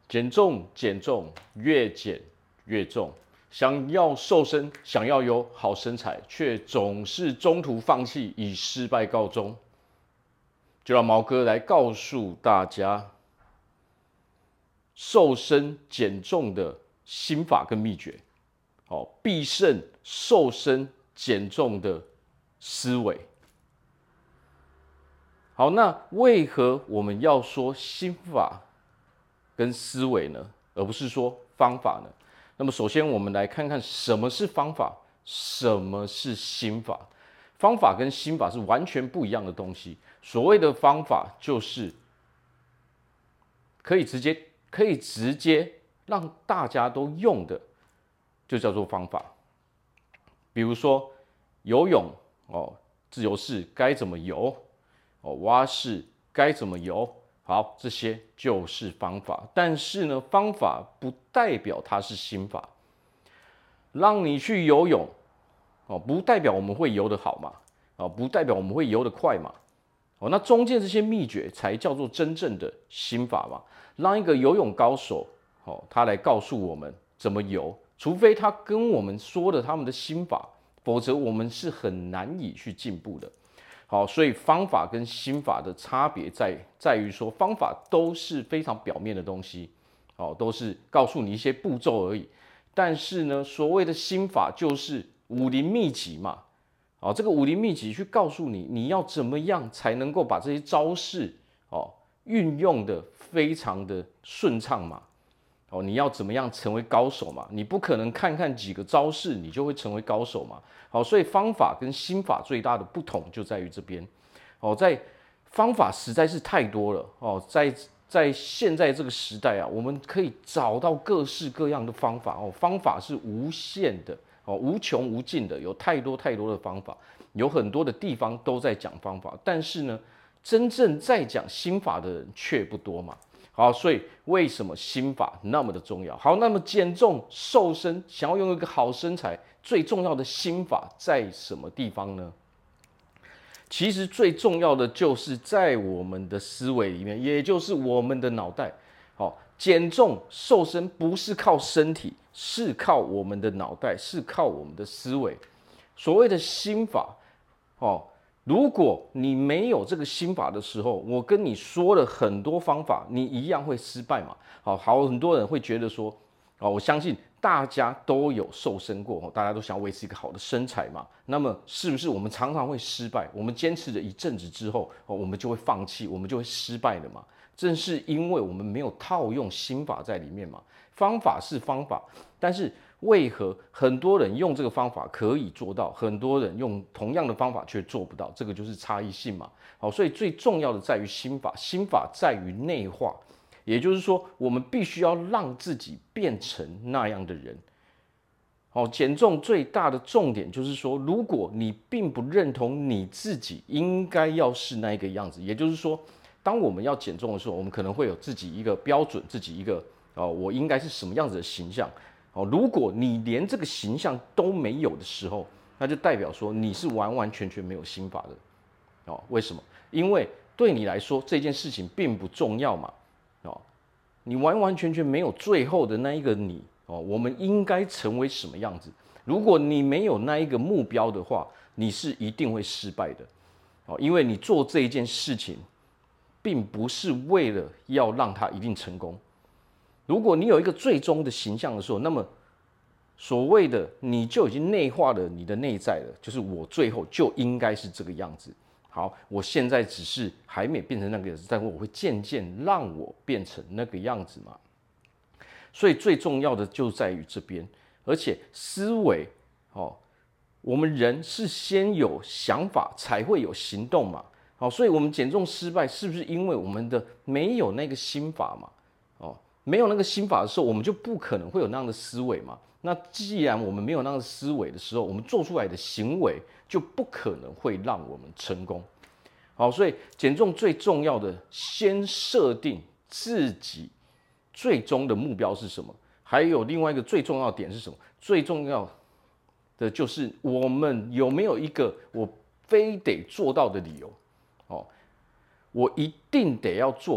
减重，减重，越减越重。想要瘦身，想要有好身材，却总是中途放弃，以失败告终。就让毛哥来告诉大家，瘦身减重的心法跟秘诀，必胜瘦身减重的思维。好，那为何我们要说心法跟思维呢，而不是说方法呢？那么首先我们来看看什么是方法，什么是心法。方法跟心法是完全不一样的东西。所谓的方法就是可以直接让大家都用的，就叫做方法。比如说游泳自由式该怎么游蛙式该怎么游，好，这些就是方法。但是呢，方法不代表它是心法。让你去游泳不代表我们会游得好嘛，不代表我们会游得快嘛。那中间这些秘诀才叫做真正的心法嘛。让一个游泳高手他来告诉我们怎么游，除非他跟我们说的他们的心法，否则我们是很难以去进步的。好，所以方法跟心法的差别在于说，方法都是非常表面的东西，都是告诉你一些步骤而已。但是呢，所谓的心法就是武林秘籍嘛，这个武林秘籍去告诉你，你要怎么样才能够把这些招式运用的非常的顺畅嘛。你要怎么样成为高手嘛？你不可能看看几个招式你就会成为高手嘛。好，所以方法跟心法最大的不同就在于这边。在方法实在是太多了在现在这个时代啊，我们可以找到各式各样的方法方法是无限的无穷无尽的，有太多太多的方法，有很多的地方都在讲方法，但是呢，真正在讲心法的人却不多嘛。好，所以为什么心法那么的重要？好，那么减重瘦身，想要拥有一个好身材，最重要的心法在什么地方呢？其实最重要的就是在我们的思维里面，也就是我们的脑袋。减重瘦身不是靠身体，是靠我们的脑袋，是靠我们的思维。所谓的心法，如果你没有这个心法的时候，我跟你说了很多方法，你一样会失败嘛。很多人会觉得说，我相信大家都有瘦身过，大家都想要维持一个好的身材嘛。那么是不是我们常常会失败？我们坚持了一阵子之后，我们就会放弃，我们就会失败了嘛？正是因为我们没有套用心法在里面嘛。方法是方法，但是为何很多人用这个方法可以做到，很多人用同样的方法却做不到？这个就是差异性嘛。好，所以最重要的在于心法，心法在于内化，也就是说，我们必须要让自己变成那样的人。减重最大的重点就是说，如果你并不认同你自己应该要是那一个样子，也就是说，当我们要减重的时候，我们可能会有自己一个标准，自己一个我应该是什么样子的形象。如果你连这个形象都没有的时候，那就代表说你是完完全全没有心法的。为什么？因为对你来说这件事情并不重要嘛。你完完全全没有最后的那一个你我们应该成为什么样子？如果你没有那一个目标的话，你是一定会失败的。因为你做这一件事情，并不是为了要让它一定成功。如果你有一个最终的形象的时候，那么所谓的你就已经内化了你的内在了，就是我最后就应该是这个样子。好，我现在只是还没变成那个样子，但我会渐渐让我变成那个样子嘛。所以最重要的就在于这边，而且思维我们人是先有想法才会有行动嘛。所以我们减重失败是不是因为我们的没有那个心法嘛？没有那个心法的时候，我们就不可能会有那样的思维嘛。那既然我们没有那样的思维的时候，我们做出来的行为就不可能会让我们成功。好，所以减重最重要的，先设定自己最终的目标是什么。还有另外一个最重要的点是什么？最重要的就是我们有没有一个我非得做到的理由。我一定得要做到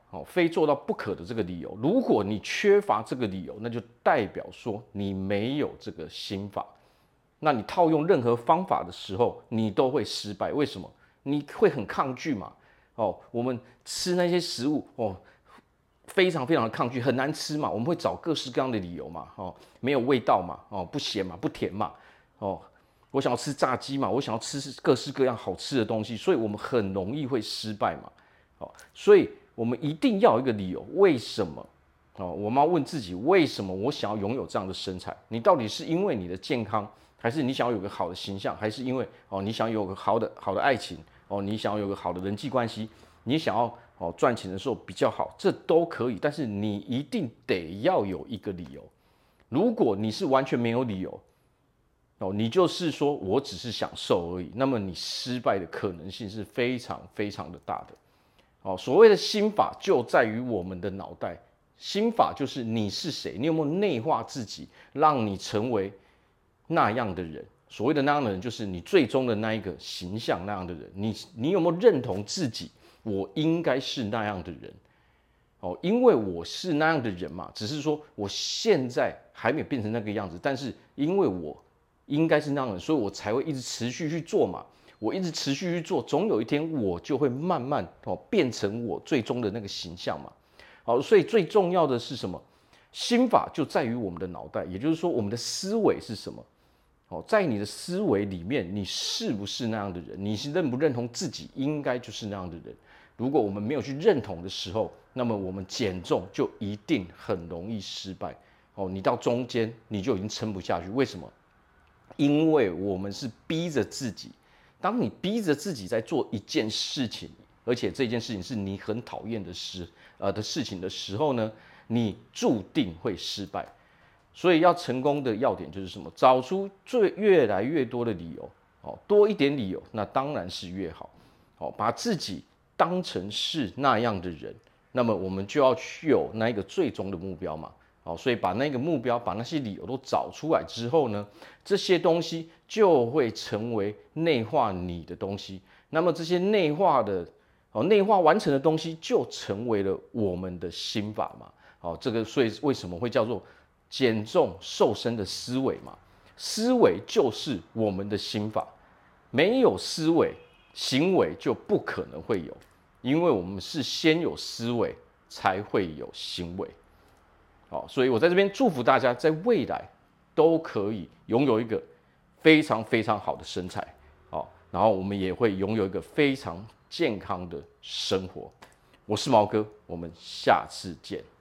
非做到不可的这个理由。如果你缺乏这个理由，那就代表说你没有这个心法。那你套用任何方法的时候，你都会失败。为什么？你会很抗拒嘛？我们吃那些食物非常非常的抗拒，很难吃嘛。我们会找各式各样的理由嘛。没有味道嘛。不咸嘛，不甜嘛。我想要吃炸鸡嘛，我想要吃各式各样好吃的东西，所以我们很容易会失败嘛。所以我们一定要有一个理由，为什么？我们要问自己，为什么我想要拥有这样的身材？你到底是因为你的健康，还是你想要有个好的形象，还是因为你想有个好的爱情？你想要有个好的人际关系，你想要赚钱的时候比较好，这都可以。但是你一定得要有一个理由。如果你是完全没有理由，你就是说我只是想瘦而已，那么你失败的可能性是非常非常的大的。所谓的心法就在于我们的脑袋，心法就是你是谁，你有没有内化自己，让你成为那样的人。所谓的那样的人，就是你最终的那一个形象那样的人。你有没有认同自己，我应该是那样的人？因为我是那样的人嘛，只是说我现在还没有变成那个样子，但是因为我应该是那样的人，所以我才会一直持续去做嘛。我一直持续去做，总有一天我就会慢慢变成我最终的那个形象嘛。所以最重要的是什么？心法就在于我们的脑袋，也就是说我们的思维是什么？在你的思维里面，你是不是那样的人？你是认不认同自己应该就是那样的人？如果我们没有去认同的时候，那么我们减重就一定很容易失败。你到中间你就已经撑不下去，为什么？因为我们是逼着自己。当你逼着自己在做一件事情，而且这件事情是你很讨厌的事情的时候呢，你注定会失败。所以要成功的要点就是什么？找出越来越多的理由，多一点理由，那当然是越好。把自己当成是那样的人，那么我们就要去有那一个最终的目标嘛。所以把那个目标，把那些理由都找出来之后呢，这些东西就会成为内化你的东西。那么这些内化完成的东西，就成为了我们的心法嘛。这个所以为什么会叫做减重瘦身的思维嘛？思维就是我们的心法，没有思维，行为就不可能会有，因为我们是先有思维，才会有行为。所以我在这边祝福大家，在未来都可以拥有一个非常非常好的身材，然后我们也会拥有一个非常健康的生活。我是毛哥，我们下次见。